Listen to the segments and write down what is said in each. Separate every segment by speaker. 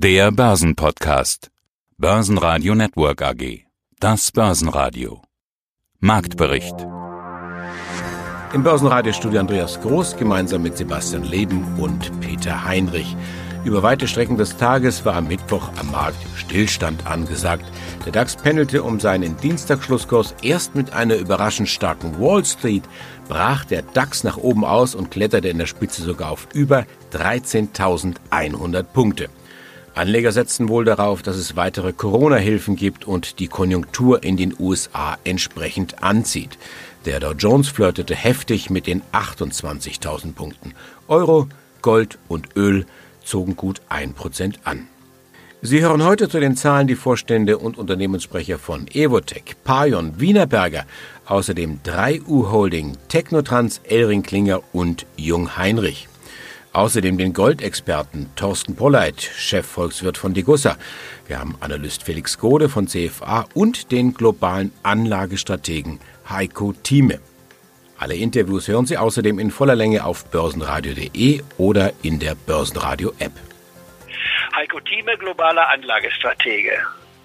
Speaker 1: Der Börsenpodcast. Börsenradio Network AG. Das Börsenradio. Marktbericht.
Speaker 2: Im Börsenradiostudio Andreas Groß gemeinsam mit Sebastian Leben und Peter Heinrich. Über weite Strecken des Tages war am Mittwoch am Markt Stillstand angesagt. Der DAX pendelte um seinen Dienstagsschlusskurs. Erst mit einer überraschend starken Wall Street brach der DAX nach oben aus und kletterte in der Spitze sogar auf über 13.100 Punkte. Anleger setzten wohl darauf, dass es weitere Corona-Hilfen gibt und die Konjunktur in den USA entsprechend anzieht. Der Dow Jones flirtete heftig mit den 28.000 Punkten. Euro, Gold und Öl zogen gut 1% an. Sie hören heute zu den Zahlen die Vorstände und Unternehmenssprecher von Evotec, Paion, Wienerberger, außerdem 3U Holding, Technotrans, Elring-Klinger und Jung-Heinrich. Außerdem den Goldexperten Thorsten Polleit, Chefvolkswirt von Degussa. Wir haben Analyst Felix Gode von CFA und den globalen Anlagestrategen Heiko Thieme. Alle Interviews hören Sie außerdem in voller Länge auf börsenradio.de oder in der Börsenradio-App.
Speaker 3: Heiko Thieme, globaler Anlagestratege.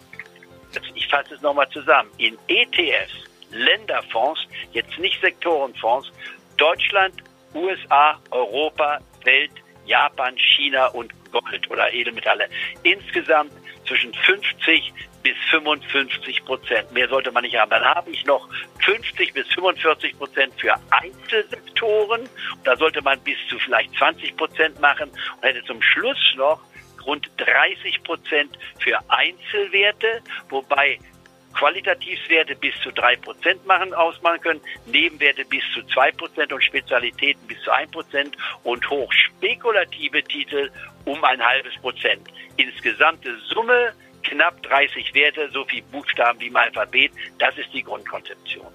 Speaker 3: Ich fasse es nochmal zusammen. In ETFs, Länderfonds, jetzt nicht Sektorenfonds, Deutschland, USA, Europa, Welt, Japan, China und Gold oder Edelmetalle. Insgesamt zwischen 50 bis 55%. Mehr sollte man nicht haben. Dann habe ich noch 50 bis 45% für Einzelsektoren. Da sollte man bis zu vielleicht 20% machen und hätte zum Schluss noch rund 30% für Einzelwerte, wobei Qualitationswerte bis zu 3% ausmachen können, Nebenwerte bis zu 2% und Spezialitäten bis zu 1% und hochspekulative Titel um 0,5%. Insgesamte Summe knapp 30 Werte, so viel Buchstaben wie im Alphabet. Das ist die Grundkonzeption.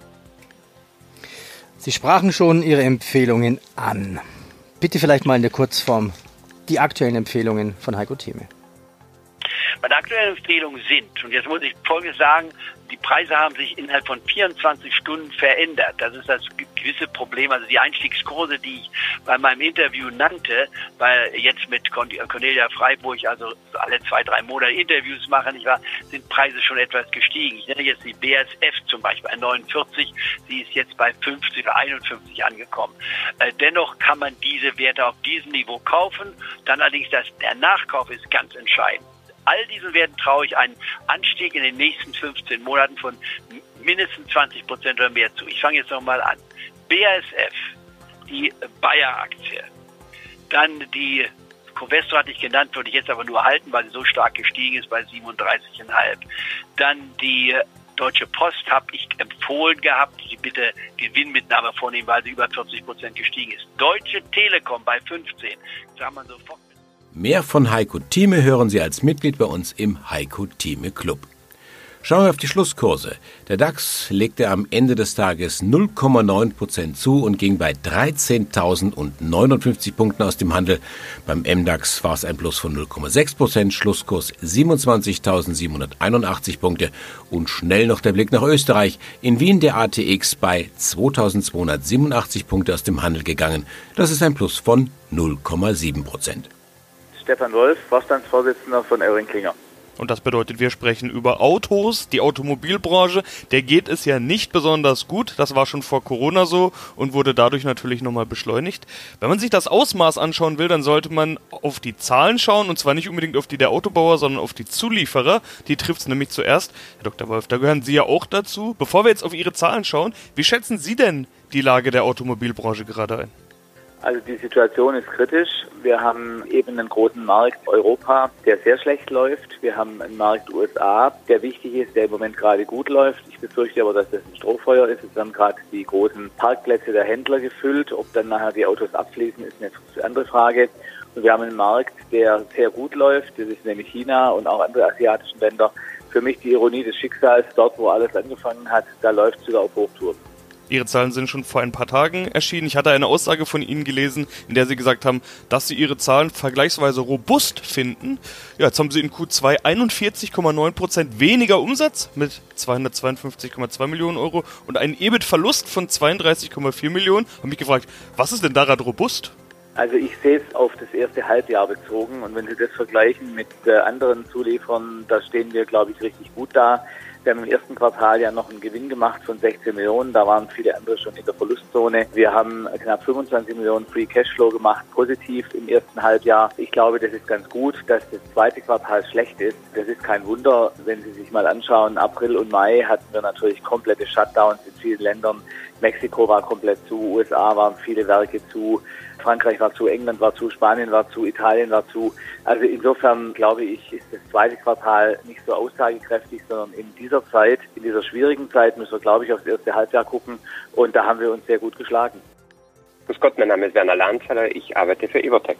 Speaker 4: Sie sprachen schon Ihre Empfehlungen an. Bitte vielleicht mal in der Kurzform die aktuellen Empfehlungen von Heiko Thieme.
Speaker 3: Meine aktuellen Empfehlungen sind, und jetzt muss ich Folgendes sagen, die Preise haben sich innerhalb von 24 Stunden verändert. Das ist das gewisse Problem. Also die Einstiegskurse, die ich bei meinem Interview nannte, weil jetzt mit Cornelia Freiburg, also alle 2-3 Monate Interviews machen, sind Preise schon etwas gestiegen. Ich nenne jetzt die BASF zum Beispiel bei 49, sie ist jetzt bei 50 oder 51 angekommen. Dennoch kann man diese Werte auf diesem Niveau kaufen. Dann allerdings der Nachkauf ist ganz entscheidend. All diesen Werten traue ich einen Anstieg in den nächsten 15 Monaten von mindestens 20% oder mehr zu. Ich fange jetzt nochmal an. BASF, die Bayer-Aktie. Dann die Covestro hatte ich genannt, würde ich jetzt aber nur halten, weil sie so stark gestiegen ist bei 37,5. Dann die Deutsche Post habe ich empfohlen gehabt, die bitte Gewinnmitnahme vornehmen, weil sie über 40% gestiegen ist. Deutsche Telekom bei 15. Das haben wir sofort.
Speaker 2: Mehr von Heiko Thieme hören Sie als Mitglied bei uns im Heiko Thieme Club. Schauen wir auf die Schlusskurse. Der DAX legte am Ende des Tages 0,9% zu und ging bei 13.059 Punkten aus dem Handel. Beim MDAX war es ein Plus von 0,6%, Schlusskurs 27.781 Punkte. Und schnell noch der Blick nach Österreich. In Wien der ATX bei 2.287 Punkte aus dem Handel gegangen. Das ist ein Plus von 0,7%.
Speaker 5: Stefan Wolf, Vorstandsvorsitzender von Elring-Klinger.
Speaker 6: Und das bedeutet, wir sprechen über Autos, die Automobilbranche. Der geht es ja nicht besonders gut. Das war schon vor Corona so und wurde dadurch natürlich nochmal beschleunigt. Wenn man sich das Ausmaß anschauen will, dann sollte man auf die Zahlen schauen. Und zwar nicht unbedingt auf die der Autobauer, sondern auf die Zulieferer. Die trifft es nämlich zuerst. Herr Dr. Wolf, da gehören Sie ja auch dazu. Bevor wir jetzt auf Ihre Zahlen schauen, wie schätzen Sie denn die Lage der Automobilbranche gerade ein?
Speaker 5: Also die Situation ist kritisch. Wir haben eben einen großen Markt Europa, der sehr schlecht läuft. Wir haben einen Markt USA, der wichtig ist, der im Moment gerade gut läuft. Ich befürchte aber, dass das ein Strohfeuer ist. Es haben gerade die großen Parkplätze der Händler gefüllt. Ob dann nachher die Autos abfließen, ist eine andere Frage. Und wir haben einen Markt, der sehr gut läuft. Das ist nämlich China und auch andere asiatische Länder. Für mich die Ironie des Schicksals, dort wo alles angefangen hat, da läuft es sogar auf Hochtouren.
Speaker 6: Ihre Zahlen sind schon vor ein paar Tagen erschienen. Ich hatte eine Aussage von Ihnen gelesen, in der Sie gesagt haben, dass Sie Ihre Zahlen vergleichsweise robust finden. Ja, jetzt haben Sie in Q2 41,9% weniger Umsatz mit 252,2 Millionen Euro und einen EBIT-Verlust von 32,4 Millionen. Ich habe mich gefragt, was ist denn daran robust?
Speaker 5: Also ich sehe es auf das erste Halbjahr bezogen und wenn Sie das vergleichen mit anderen Zulieferern, da stehen wir, glaube ich, richtig gut da. Wir haben im ersten Quartal ja noch einen Gewinn gemacht von 16 Millionen, da waren viele andere schon in der Verlustzone. Wir haben knapp 25 Millionen Free Cashflow gemacht, positiv im ersten Halbjahr. Ich glaube, das ist ganz gut, dass das zweite Quartal schlecht ist. Das ist kein Wunder, wenn Sie sich mal anschauen, April und Mai hatten wir natürlich komplette Shutdowns in vielen Ländern. Mexiko war komplett zu, USA waren viele Werke zu, Frankreich war zu, England war zu, Spanien war zu, Italien war zu. Also insofern glaube ich, ist das zweite Quartal nicht so aussagekräftig, sondern in dieser Zeit, in dieser schwierigen Zeit müssen wir, glaube ich, aufs erste Halbjahr gucken und da haben wir uns sehr gut geschlagen.
Speaker 7: Grüß Gott, mein Name ist Werner Lanzeler, ich arbeite für Evotec.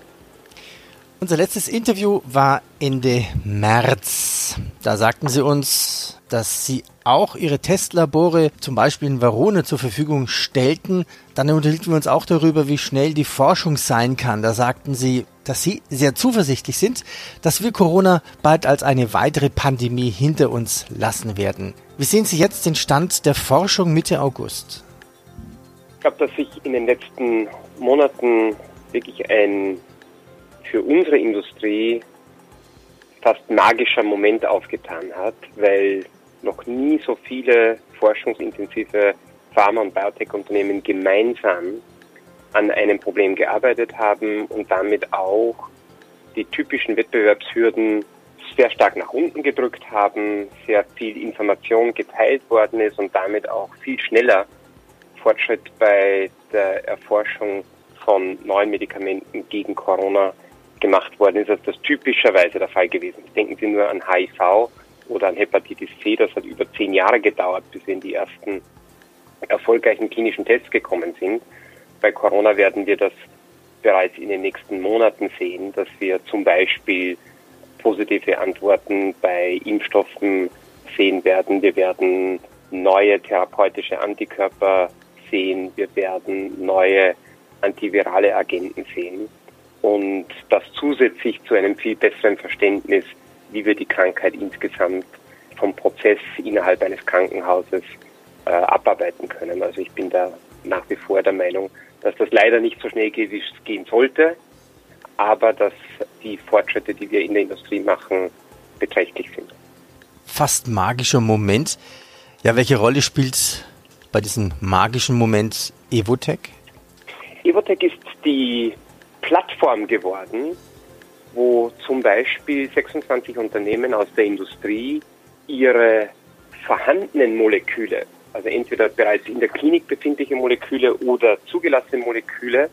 Speaker 4: Unser letztes Interview war Ende März. Da sagten Sie uns, dass Sie auch Ihre Testlabore zum Beispiel in Verona zur Verfügung stellten. Dann unterhielten wir uns auch darüber, wie schnell die Forschung sein kann. Da sagten Sie, dass Sie sehr zuversichtlich sind, dass wir Corona bald als eine weitere Pandemie hinter uns lassen werden. Wie sehen Sie jetzt den Stand der Forschung Mitte August?
Speaker 7: Ich glaube, dass sich in den letzten Monaten wirklich ein für unsere Industrie fast magischer Moment aufgetan hat, weil noch nie so viele forschungsintensive Pharma- und Biotech-Unternehmen gemeinsam an einem Problem gearbeitet haben und damit auch die typischen Wettbewerbshürden sehr stark nach unten gedrückt haben, sehr viel Information geteilt worden ist und damit auch viel schneller Fortschritt bei der Erforschung von neuen Medikamenten gegen Corona gemacht worden ist, als das typischerweise der Fall gewesen ist. Denken Sie nur an HIV oder an Hepatitis C, das hat über 10 Jahre gedauert, bis wir in die ersten erfolgreichen klinischen Tests gekommen sind. Bei Corona werden wir das bereits in den nächsten Monaten sehen, dass wir zum Beispiel positive Antworten bei Impfstoffen sehen werden. Wir werden neue therapeutische Antikörper sehen. Wir werden neue antivirale Agenten sehen. Und das zusätzlich zu einem viel besseren Verständnis, wie wir die Krankheit insgesamt vom Prozess innerhalb eines Krankenhauses abarbeiten können. Also ich bin da nach wie vor der Meinung, dass das leider nicht so schnell geht, wie es gehen sollte, aber dass die Fortschritte, die wir in der Industrie machen, beträchtlich sind.
Speaker 4: Fast magischer Moment. Ja, welche Rolle spielt bei diesem magischen Moment Evotec?
Speaker 7: Evotec ist die Plattform geworden, wo zum Beispiel 26 Unternehmen aus der Industrie ihre vorhandenen Moleküle, also entweder bereits in der Klinik befindliche Moleküle oder zugelassene Moleküle,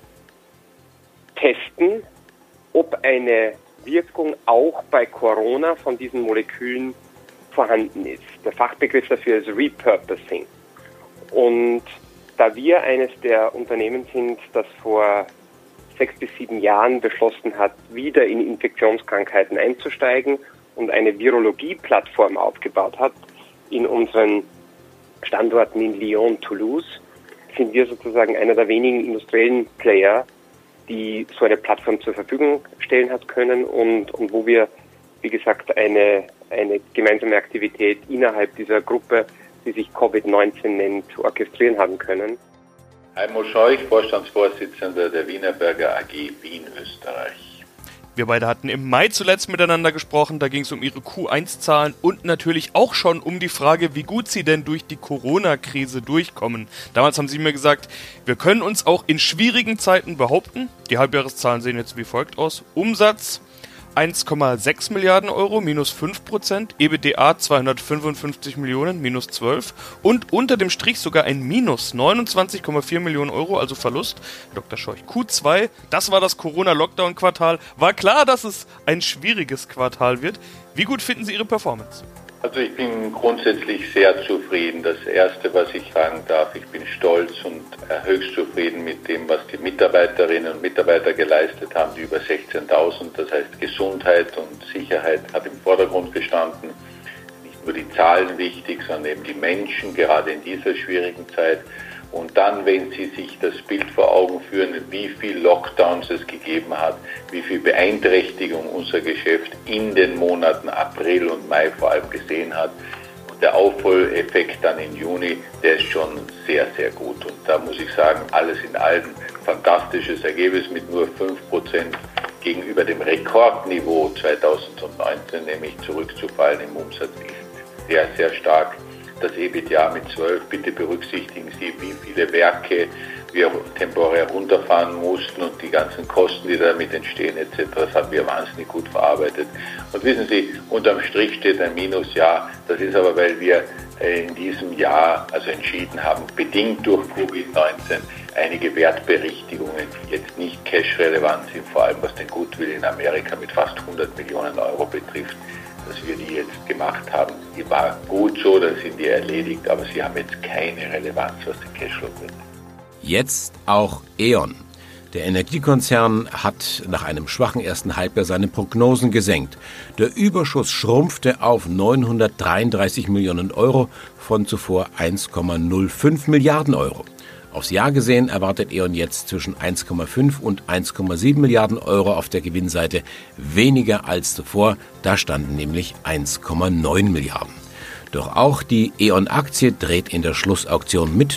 Speaker 7: testen, ob eine Wirkung auch bei Corona von diesen Molekülen vorhanden ist. Der Fachbegriff dafür ist Repurposing. Und da wir eines der Unternehmen sind, das vor 6 bis 7 Jahren beschlossen hat, wieder in Infektionskrankheiten einzusteigen und eine Virologie-Plattform aufgebaut hat in unseren Standorten in Lyon und Toulouse, sind wir sozusagen einer der wenigen industriellen Player, die so eine Plattform zur Verfügung stellen hat können und wo wir, wie gesagt, eine gemeinsame Aktivität innerhalb dieser Gruppe, die sich Covid-19 nennt, orchestrieren haben können.
Speaker 8: Heimo Scheuch, Vorstandsvorsitzender der Wienerberger AG Wien, Österreich.
Speaker 6: Wir beide hatten im Mai zuletzt miteinander gesprochen, da ging es um ihre Q1-Zahlen und natürlich auch schon um die Frage, wie gut sie denn durch die Corona-Krise durchkommen. Damals haben sie mir gesagt, wir können uns auch in schwierigen Zeiten behaupten. Die Halbjahreszahlen sehen jetzt wie folgt aus. Umsatz 1,6 Milliarden Euro, minus 5%, EBITDA 255 Millionen, minus 12% und unter dem Strich sogar ein Minus 29,4 Millionen Euro, also Verlust. Herr Dr. Scheuch, Q2, das war das Corona-Lockdown-Quartal. War klar, dass es ein schwieriges Quartal wird. Wie gut finden Sie Ihre Performance?
Speaker 8: Also ich bin grundsätzlich sehr zufrieden. Das Erste, was ich sagen darf, ich bin stolz und höchst zufrieden mit dem, was die Mitarbeiterinnen und Mitarbeiter geleistet haben, die über 16.000. Das heißt, Gesundheit und Sicherheit hat im Vordergrund gestanden. Nicht nur die Zahlen wichtig, sondern eben die Menschen, gerade in dieser schwierigen Zeit. Und dann, wenn Sie sich das Bild vor Augen führen, wie viel Lockdowns es gegeben hat, wie viel Beeinträchtigung unser Geschäft in den Monaten April und Mai vor allem gesehen hat. Und der Aufholeffekt dann im Juni, der ist schon sehr, sehr gut. Und da muss ich sagen, alles in allem fantastisches Ergebnis mit nur 5% gegenüber dem Rekordniveau 2019, nämlich zurückzufallen im Umsatz, ist sehr, sehr stark. Das EBITDA mit 12, bitte berücksichtigen Sie, wie viele Werke wir temporär runterfahren mussten und die ganzen Kosten, die damit entstehen etc., das haben wir wahnsinnig gut verarbeitet. Und wissen Sie, unterm Strich steht ein Minus, ja, das ist aber, weil wir in diesem Jahr also entschieden haben, bedingt durch Covid-19, einige Wertberichtigungen, die jetzt nicht cash-relevant sind, vor allem was den Goodwill in Amerika mit fast 100 Millionen Euro betrifft, dass wir die jetzt gemacht haben. Die war gut so, da sind die erledigt, aber sie haben jetzt keine Relevanz, was den Cashflow betrifft.
Speaker 2: Jetzt auch E.ON. Der Energiekonzern hat nach einem schwachen ersten Halbjahr seine Prognosen gesenkt. Der Überschuss schrumpfte auf 933 Millionen Euro von zuvor 1,05 Milliarden Euro. Aufs Jahr gesehen erwartet E.ON jetzt zwischen 1,5 und 1,7 Milliarden Euro auf der Gewinnseite, weniger als zuvor, da standen nämlich 1,9 Milliarden. Doch auch die E.ON-Aktie dreht in der Schlussauktion mit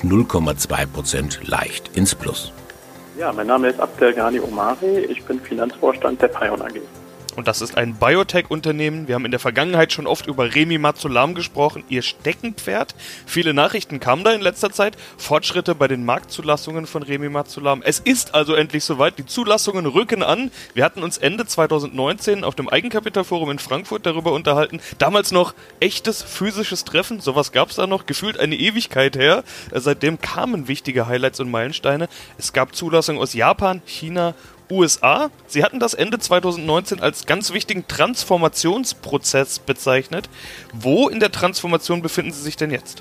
Speaker 2: 0,2% leicht ins Plus.
Speaker 9: Ja, mein Name ist Abdelghani Omari, ich bin Finanzvorstand der Pion AG.
Speaker 6: Und das ist ein Biotech-Unternehmen. Wir haben in der Vergangenheit schon oft über Remimazolam gesprochen, ihr Steckenpferd. Viele Nachrichten kamen da in letzter Zeit. Fortschritte bei den Marktzulassungen von Remimazolam. Es ist also endlich soweit. Die Zulassungen rücken an. Wir hatten uns Ende 2019 auf dem Eigenkapitalforum in Frankfurt darüber unterhalten. Damals noch echtes physisches Treffen. Sowas gab es da noch. Gefühlt eine Ewigkeit her. Seitdem kamen wichtige Highlights und Meilensteine. Es gab Zulassungen aus Japan, China, USA. Sie hatten das Ende 2019 als ganz wichtigen Transformationsprozess bezeichnet. Wo in der Transformation befinden Sie sich denn jetzt?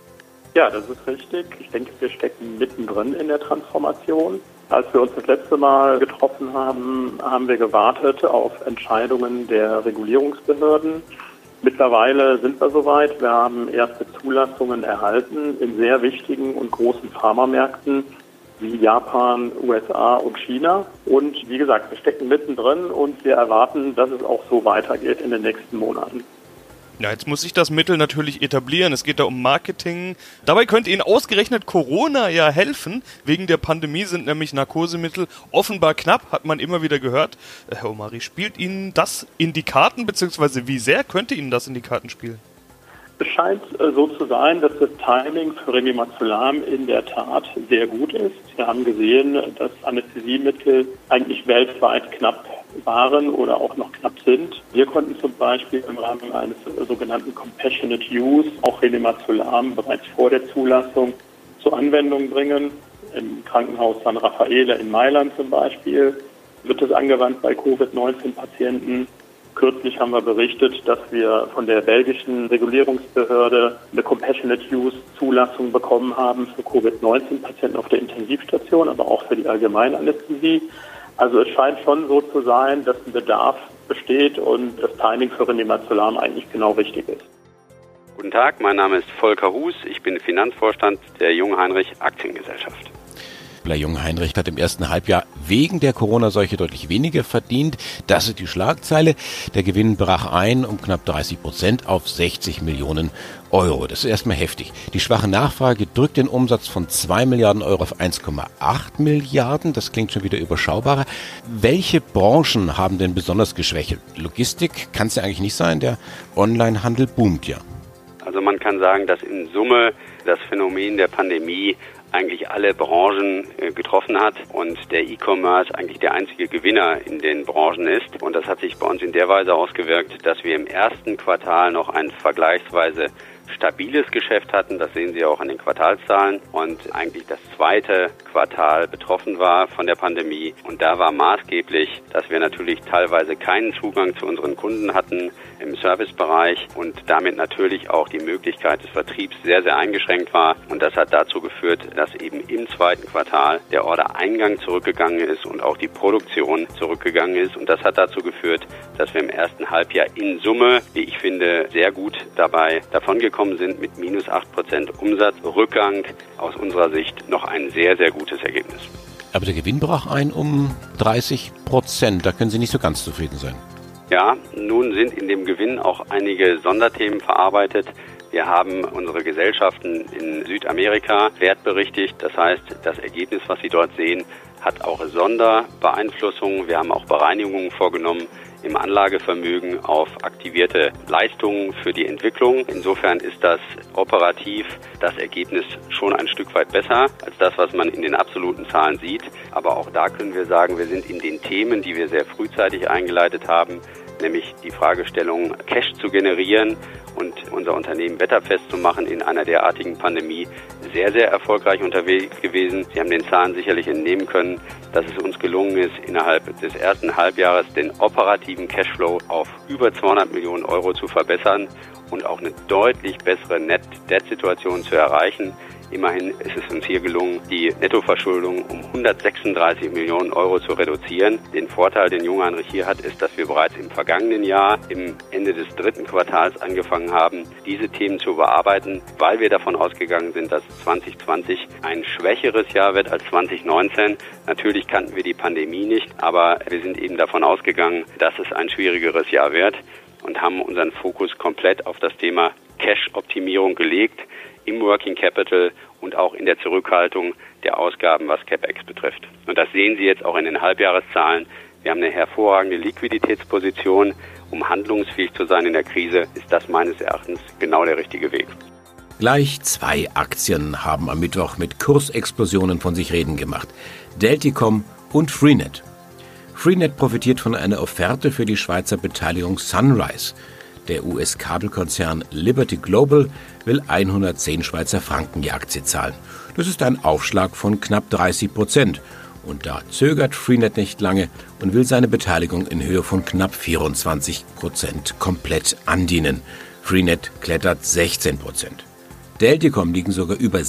Speaker 9: Ja, das ist richtig. Ich denke, wir stecken mittendrin in der Transformation. Als wir uns das letzte Mal getroffen haben, haben wir gewartet auf Entscheidungen der Regulierungsbehörden. Mittlerweile sind wir soweit. Wir haben erste Zulassungen erhalten in sehr wichtigen und großen Pharmamärkten wie Japan, USA und China. Und wie gesagt, wir stecken mittendrin und wir erwarten, dass es auch so weitergeht in den nächsten Monaten.
Speaker 6: Ja, jetzt muss sich das Mittel natürlich etablieren. Es geht da um Marketing. Dabei könnte Ihnen ausgerechnet Corona ja helfen. Wegen der Pandemie sind nämlich Narkosemittel offenbar knapp, hat man immer wieder gehört. Herr Omari, spielt Ihnen das in die Karten, beziehungsweise wie sehr könnte Ihnen das in die Karten spielen?
Speaker 9: Es scheint so zu sein, dass das Timing für Remimazolam in der Tat sehr gut ist. Wir haben gesehen, dass Anästhesiemittel eigentlich weltweit knapp waren oder auch noch knapp sind. Wir konnten zum Beispiel im Rahmen eines sogenannten Compassionate Use auch Remimazolam bereits vor der Zulassung zur Anwendung bringen. Im Krankenhaus San Raffaele in Mailand zum Beispiel wird es angewandt bei Covid-19-Patienten. Kürzlich haben wir berichtet, dass wir von der belgischen Regulierungsbehörde eine Compassionate Use Zulassung bekommen haben für Covid-19-Patienten auf der Intensivstation, aber auch für die Allgemeinanästhesie. Also es scheint schon so zu sein, dass ein Bedarf besteht und das Timing für Remimazolam eigentlich genau richtig ist.
Speaker 10: Guten Tag, mein Name ist Volker Hus, ich bin Finanzvorstand der Jungheinrich Aktiengesellschaft.
Speaker 2: Jungheinrich hat im ersten Halbjahr wegen der Corona-Seuche deutlich weniger verdient. Das ist die Schlagzeile. Der Gewinn brach ein um knapp 30% auf 60 Millionen Euro. Das ist erstmal heftig. Die schwache Nachfrage drückt den Umsatz von 2 Milliarden Euro auf 1,8 Milliarden. Das klingt schon wieder überschaubarer. Welche Branchen haben denn besonders geschwächt? Logistik kann es ja eigentlich nicht sein. Der Onlinehandel boomt ja.
Speaker 10: Also man kann sagen, dass in Summe das Phänomen der Pandemie eigentlich alle Branchen getroffen hat und der E-Commerce eigentlich der einzige Gewinner in den Branchen ist. Und das hat sich bei uns in der Weise ausgewirkt, dass wir im ersten Quartal noch ein vergleichsweise stabiles Geschäft hatten. Das sehen Sie auch an den Quartalszahlen. Und eigentlich das zweite Quartal betroffen war von der Pandemie. Und da war maßgeblich, dass wir natürlich teilweise keinen Zugang zu unseren Kunden hatten im Servicebereich und damit natürlich auch die Möglichkeit des Vertriebs sehr, sehr eingeschränkt war. Und das hat dazu geführt, dass eben im zweiten Quartal der Ordereingang zurückgegangen ist und auch die Produktion zurückgegangen ist. Und das hat dazu geführt, dass wir im ersten Halbjahr in Summe, wie ich finde, sehr gut dabei davongekommen sind mit minus 8% Umsatzrückgang. Aus unserer Sicht noch ein sehr, sehr gutes Ergebnis.
Speaker 2: Aber der Gewinn brach ein um 30%. Da können Sie nicht so ganz zufrieden sein.
Speaker 10: Ja, nun sind in dem Gewinn auch einige Sonderthemen verarbeitet. Wir haben unsere Gesellschaften in Südamerika wertberichtigt. Das heißt, das Ergebnis, was Sie dort sehen, hat auch Sonderbeeinflussungen. Wir haben auch Bereinigungen vorgenommen im Anlagevermögen auf aktivierte Leistungen für die Entwicklung. Insofern ist das operativ das Ergebnis schon ein Stück weit besser als das, was man in den absoluten Zahlen sieht. Aber auch da können wir sagen, wir sind in den Themen, die wir sehr frühzeitig eingeleitet haben, nämlich die Fragestellung, Cash zu generieren und unser Unternehmen wetterfest zu machen in einer derartigen Pandemie, sehr, sehr erfolgreich unterwegs gewesen. Sie haben den Zahlen sicherlich entnehmen können, dass es uns gelungen ist, innerhalb des ersten Halbjahres den operativen Cashflow auf über 200 Millionen Euro zu verbessern und auch eine deutlich bessere Net-Debt-Situation zu erreichen. Immerhin ist es uns hier gelungen, die Nettoverschuldung um 136 Millionen Euro zu reduzieren. Den Vorteil, den Junge Heinrich hier hat, ist, dass wir bereits im vergangenen Jahr, im Ende des 3. Quartals angefangen haben, diese Themen zu bearbeiten, weil wir davon ausgegangen sind, dass 2020 ein schwächeres Jahr wird als 2019. Natürlich kannten wir die Pandemie nicht, aber wir sind eben davon ausgegangen, dass es ein schwierigeres Jahr wird und haben unseren Fokus komplett auf das Thema Cash-Optimierung gelegt, im Working Capital und auch in der Zurückhaltung der Ausgaben, was CapEx betrifft. Und das sehen Sie jetzt auch in den Halbjahreszahlen. Wir haben eine hervorragende Liquiditätsposition. Um handlungsfähig zu sein in der Krise, ist das meines Erachtens genau der richtige Weg.
Speaker 2: Gleich 2 Aktien haben am Mittwoch mit Kursexplosionen von sich reden gemacht. Delticom und Freenet. Freenet profitiert von einer Offerte für die Schweizer Beteiligung Sunrise. Der US-Kabelkonzern Liberty Global will 110 Schweizer Franken je Aktie zahlen. Das ist ein Aufschlag von knapp 30%. Und da zögert Freenet nicht lange und will seine Beteiligung in Höhe von knapp 24% komplett andienen. Freenet klettert 16%. Delticom liegen sogar über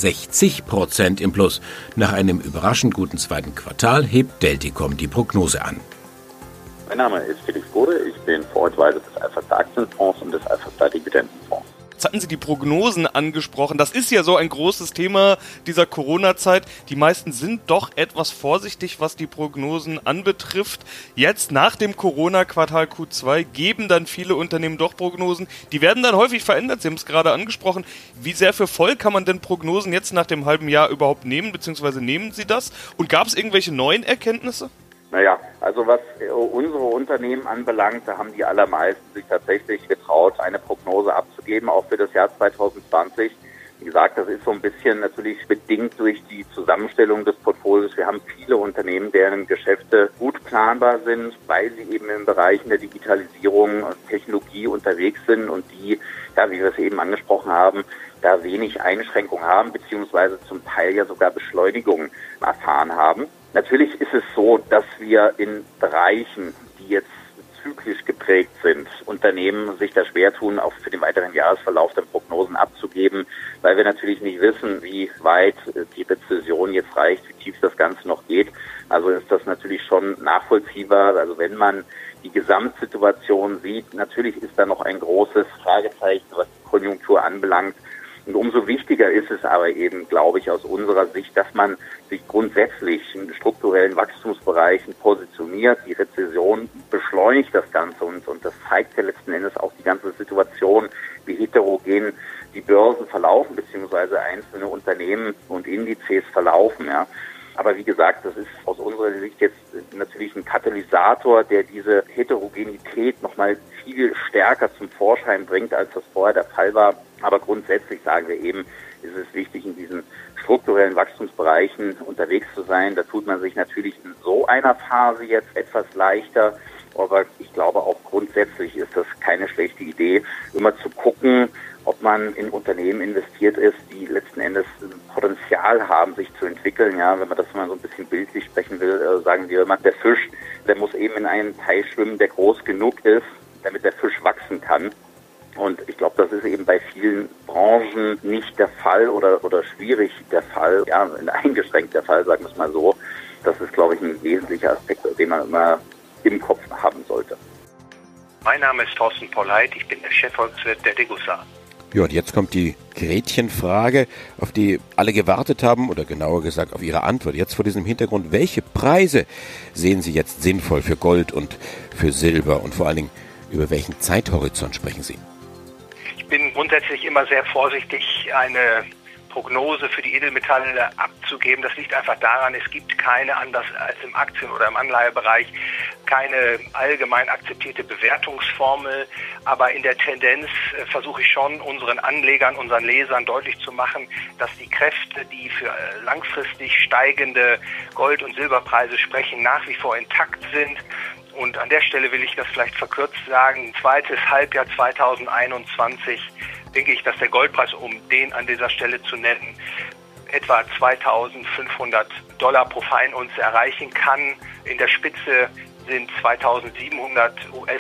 Speaker 2: 60% im Plus. Nach einem überraschend guten 2. Quartal hebt Delticom die Prognose an.
Speaker 11: Mein Name ist Felix Bode, ich bin Vorortweise des Alpha Aktienfonds und des Alpha Dividendenfonds.
Speaker 6: Jetzt hatten Sie die Prognosen angesprochen. Das ist ja so ein großes Thema dieser Corona-Zeit. Die meisten sind doch etwas vorsichtig, was die Prognosen anbetrifft. Jetzt nach dem Corona-Quartal Q2 geben dann viele Unternehmen doch Prognosen. Die werden dann häufig verändert. Sie haben es gerade angesprochen. Wie sehr für voll kann man denn Prognosen jetzt nach dem halben Jahr überhaupt nehmen, beziehungsweise nehmen Sie das? Und gab es irgendwelche neuen Erkenntnisse?
Speaker 11: Naja, also was unsere Unternehmen anbelangt, da haben die allermeisten sich tatsächlich getraut, eine Prognose abzugeben, auch für das Jahr 2020. Wie gesagt, das ist so ein bisschen natürlich bedingt durch die Zusammenstellung des Portfolios. Wir haben viele Unternehmen, deren Geschäfte gut planbar sind, weil sie eben in Bereichen der Digitalisierung und Technologie unterwegs sind und die, ja, wie wir es eben angesprochen haben, da wenig Einschränkungen haben, beziehungsweise zum Teil ja sogar Beschleunigungen erfahren haben. Natürlich ist es so, dass wir in Bereichen, die jetzt zyklisch geprägt sind, Unternehmen sich da schwer tun, auch für den weiteren Jahresverlauf dann Prognosen abzugeben, weil wir natürlich nicht wissen, wie weit die Rezession jetzt reicht, wie tief das Ganze noch geht. Also ist das natürlich schon nachvollziehbar. Also wenn man die Gesamtsituation sieht, natürlich ist da noch ein großes Fragezeichen, was die Konjunktur anbelangt. Und umso wichtiger ist es aber eben, glaube ich, aus unserer Sicht, dass man sich grundsätzlich in strukturellen Wachstumsbereichen positioniert. Die Rezession beschleunigt das Ganze und das zeigt ja letzten Endes auch die ganze Situation, wie heterogen die Börsen verlaufen, beziehungsweise einzelne Unternehmen und Indizes verlaufen, ja. Aber wie gesagt, das ist aus unserer Sicht jetzt natürlich ein Katalysator, der diese Heterogenität nochmal viel stärker zum Vorschein bringt, als das vorher der Fall war. Aber grundsätzlich sagen wir eben, ist es wichtig, in diesen strukturellen Wachstumsbereichen unterwegs zu sein. Da tut man sich natürlich in so einer Phase jetzt etwas leichter. Aber ich glaube auch grundsätzlich ist das keine schlechte Idee, immer zu gucken, ob man in Unternehmen investiert ist, die letzten Endes Potenzial haben, sich zu entwickeln. Ja, wenn man das mal so ein bisschen bildlich sprechen will, sagen wir immer, der Fisch, der muss eben in einen Teich schwimmen, der groß genug ist, damit der Fisch wachsen kann. Und ich glaube, das ist eben bei vielen Branchen nicht der Fall oder schwierig der Fall, ja, eingeschränkt der Fall, sagen wir es mal so. Das ist, glaube ich, ein wesentlicher Aspekt, den man immer im Kopf haben sollte.
Speaker 12: Mein Name ist Thorsten Polleit, ich bin der Chefvolkswirt der Degussa.
Speaker 2: Ja, und jetzt kommt die Gretchenfrage, auf die alle gewartet haben, oder genauer gesagt auf Ihre Antwort. Jetzt vor diesem Hintergrund, welche Preise sehen Sie jetzt sinnvoll für Gold und für Silber? Und vor allen Dingen, über welchen Zeithorizont sprechen Sie?
Speaker 12: Ich bin grundsätzlich immer sehr vorsichtig, eine Prognose für die Edelmetalle abzugeben. Das liegt einfach daran, es gibt keine, anders als im Aktien- oder im Anleihebereich, keine allgemein akzeptierte Bewertungsformel. Aber in der Tendenz versuche ich schon, unseren Anlegern, unseren Lesern deutlich zu machen, dass die Kräfte, die für langfristig steigende Gold- und Silberpreise sprechen, nach wie vor intakt sind. Und an der Stelle will ich das vielleicht verkürzt sagen, zweites Halbjahr 2021 denke ich, dass der Goldpreis, um den an dieser Stelle zu nennen, etwa $2.500 pro Feinunze erreichen kann. In der Spitze sind $2.700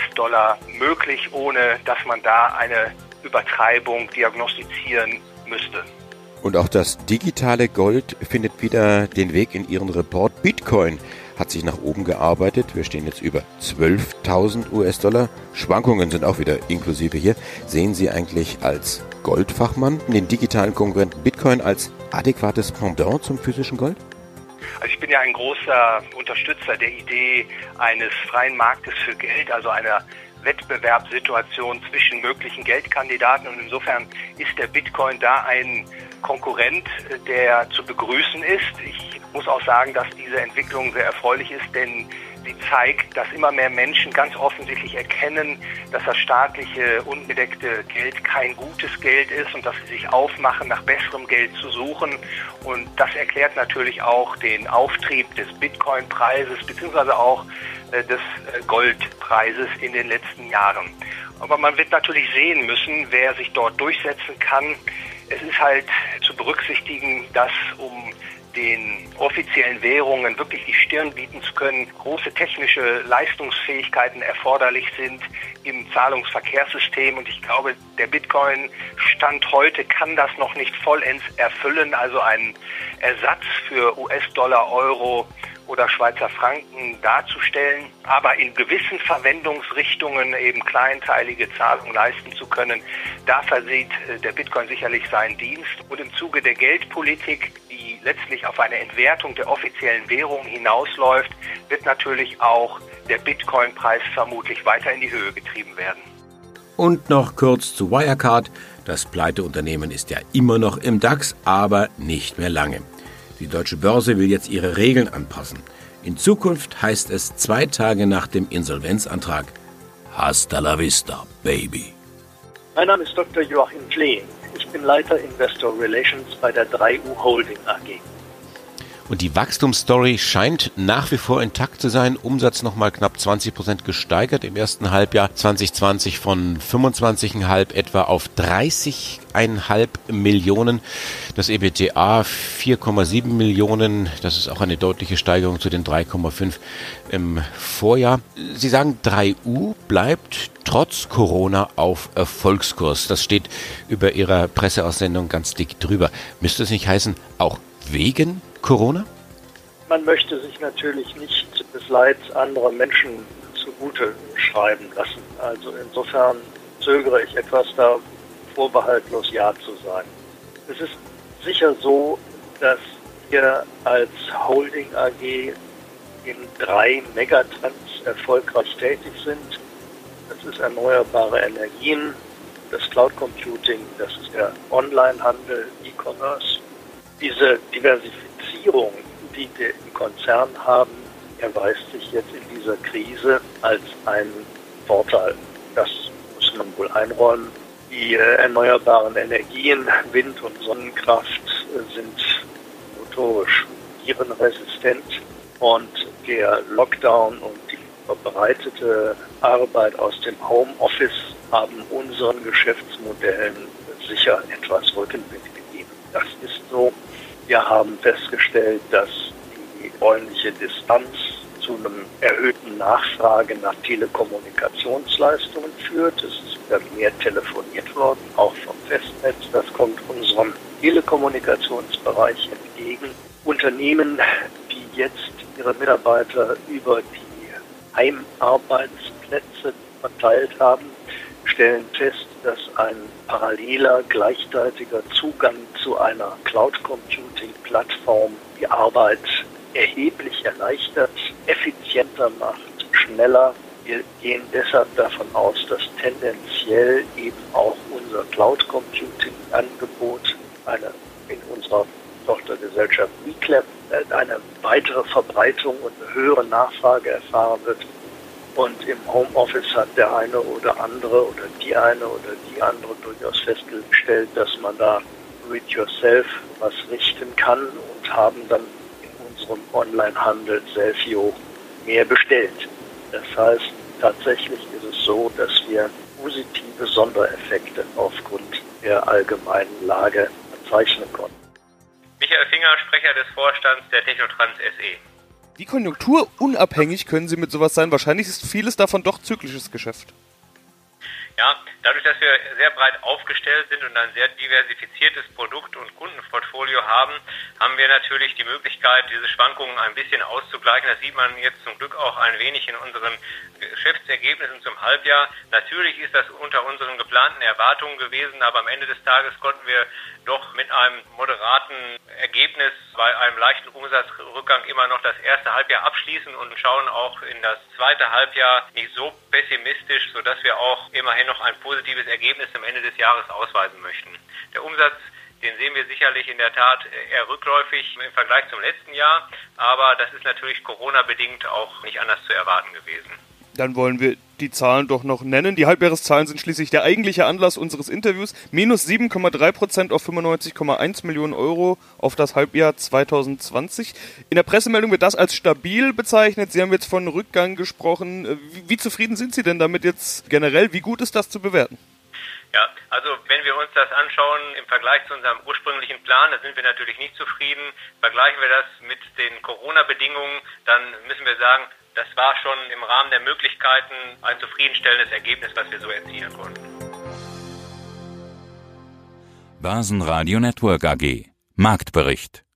Speaker 12: möglich, ohne dass man da eine Übertreibung diagnostizieren müsste.
Speaker 2: Und auch das digitale Gold findet wieder den Weg in Ihren Report. Bitcoin hat sich nach oben gearbeitet. Wir stehen jetzt über $12.000. Schwankungen sind auch wieder inklusive hier. Sehen Sie eigentlich als Goldfachmann den digitalen Konkurrenten Bitcoin als adäquates Pendant zum physischen Gold?
Speaker 12: Also ich bin ja ein großer Unterstützer der Idee eines freien Marktes für Geld, also einer Wettbewerbssituation zwischen möglichen Geldkandidaten. Und insofern ist der Bitcoin da ein Konkurrent, der zu begrüßen ist. Ich muss auch sagen, dass diese Entwicklung sehr erfreulich ist, denn sie zeigt, dass immer mehr Menschen ganz offensichtlich erkennen, dass das staatliche, ungedeckte Geld kein gutes Geld ist und dass sie sich aufmachen, nach besserem Geld zu suchen. Und das erklärt natürlich auch den Auftrieb des Bitcoin-Preises beziehungsweise auch des Goldpreises in den letzten Jahren. Aber man wird natürlich sehen müssen, wer sich dort durchsetzen kann. Es ist halt zu berücksichtigen, dass um den offiziellen Währungen wirklich die Stirn bieten zu können, große technische Leistungsfähigkeiten erforderlich sind im Zahlungsverkehrssystem. Und ich glaube, der Bitcoin-Stand heute kann das noch nicht vollends erfüllen, also einen Ersatz für US-Dollar, Euro oder Schweizer Franken darzustellen, aber in gewissen Verwendungsrichtungen eben kleinteilige Zahlungen leisten zu können. Da versieht der Bitcoin sicherlich seinen Dienst. Und im Zuge der Geldpolitik, die letztlich auf eine Entwertung der offiziellen Währung hinausläuft, wird natürlich auch der Bitcoin-Preis vermutlich weiter in die Höhe getrieben werden.
Speaker 2: Und noch kurz zu Wirecard. Das Pleiteunternehmen ist ja immer noch im DAX, aber nicht mehr lange. Die Deutsche Börse will jetzt ihre Regeln anpassen. In Zukunft heißt es 2 Tage nach dem Insolvenzantrag: Hasta la vista, baby.
Speaker 13: Mein Name ist Dr. Joachim Klee. Ich bin Leiter Investor Relations bei der 3U Holding AG.
Speaker 2: Und die Wachstumsstory scheint nach wie vor intakt zu sein. Umsatz nochmal knapp 20% gesteigert im ersten Halbjahr 2020 von 25,5 etwa auf 30,5 Millionen. Das EBITDA 4,7 Millionen. Das ist auch eine deutliche Steigerung zu den 3,5 im Vorjahr. Sie sagen, 3U bleibt trotz Corona auf Erfolgskurs. Das steht über Ihrer Presseaussendung ganz dick drüber. Müsste es nicht heißen, auch wegen Corona?
Speaker 13: Man möchte sich natürlich nicht des Leids anderer Menschen zugute schreiben lassen. Also insofern zögere ich etwas, da vorbehaltlos Ja zu sagen. Es ist sicher so, dass wir als Holding AG in 3 Megatrends erfolgreich tätig sind. Das ist erneuerbare Energien, das Cloud Computing, das ist der Onlinehandel, E-Commerce. Diese Diversifizierung, die wir im Konzern haben, erweist sich jetzt in dieser Krise als ein Vorteil. Das muss man wohl einräumen. Die erneuerbaren Energien, Wind- und Sonnenkraft, sind notorisch virenresistent und der Lockdown und die verbreitete Arbeit aus dem Homeoffice haben unseren Geschäftsmodellen sicher etwas Rückenwind gegeben. Das ist so. Wir haben festgestellt, dass die räumliche Distanz zu einem erhöhten Nachfrage nach Telekommunikationsleistungen führt. Es ist wieder mehr telefoniert worden, auch vom Festnetz. Das kommt unserem Telekommunikationsbereich entgegen. Unternehmen, die jetzt ihre Mitarbeiter über die Heimarbeitsplätze verteilt haben, stellen fest, dass ein paralleler, gleichzeitiger Zugang zu einer Cloud-Computing-Plattform die Arbeit erheblich erleichtert, effizienter macht, schneller. Wir gehen deshalb davon aus, dass tendenziell eben auch unser Cloud-Computing-Angebot eine in unserer Tochtergesellschaft WeClap eine weitere Verbreitung und eine höhere Nachfrage erfahren wird. Und im Homeoffice hat der eine oder andere oder die andere durchaus festgestellt, dass man da do-it-yourself was richten kann und haben dann in unserem Onlinehandel Selfio mehr bestellt. Das heißt, tatsächlich ist es so, dass wir positive Sondereffekte aufgrund der allgemeinen Lage verzeichnen konnten.
Speaker 14: Michael Finger, Sprecher des Vorstands der Technotrans SE.
Speaker 6: Wie konjunkturunabhängig können Sie mit sowas sein? Wahrscheinlich ist vieles davon doch zyklisches Geschäft.
Speaker 14: Ja, dadurch, dass wir sehr breit aufgestellt sind und ein sehr diversifiziertes Produkt- und Kundenportfolio haben, haben wir natürlich die Möglichkeit, diese Schwankungen ein bisschen auszugleichen. Das sieht man jetzt zum Glück auch ein wenig in unseren Geschäftsergebnissen zum Halbjahr. Natürlich ist das unter unseren geplanten Erwartungen gewesen, aber am Ende des Tages konnten wir doch mit einem moderaten Ergebnis bei einem leichten Umsatzrückgang immer noch das erste Halbjahr abschließen und schauen auch in das zweite Halbjahr nicht so pessimistisch, sodass wir auch immerhin noch ein positives Ergebnis am Ende des Jahres ausweisen möchten. Der Umsatz, den sehen wir sicherlich in der Tat eher rückläufig im Vergleich zum letzten Jahr, aber das ist natürlich Corona-bedingt auch nicht anders zu erwarten gewesen.
Speaker 6: Dann wollen wir die Zahlen doch noch nennen. Die Halbjahreszahlen sind schließlich der eigentliche Anlass unseres Interviews. Minus 7,3% auf 95,1 Millionen Euro auf das Halbjahr 2020. In der Pressemeldung wird das als stabil bezeichnet. Sie haben jetzt von Rückgang gesprochen. Wie zufrieden sind Sie denn damit jetzt generell? Wie gut ist das zu bewerten?
Speaker 14: Ja, also wenn wir uns das anschauen im Vergleich zu unserem ursprünglichen Plan, da sind wir natürlich nicht zufrieden. Vergleichen wir das mit den Corona-Bedingungen, dann müssen wir sagen, das war schon im Rahmen der Möglichkeiten ein zufriedenstellendes Ergebnis, was wir so erzielen konnten.
Speaker 1: Börsenradio Network AG. Marktbericht.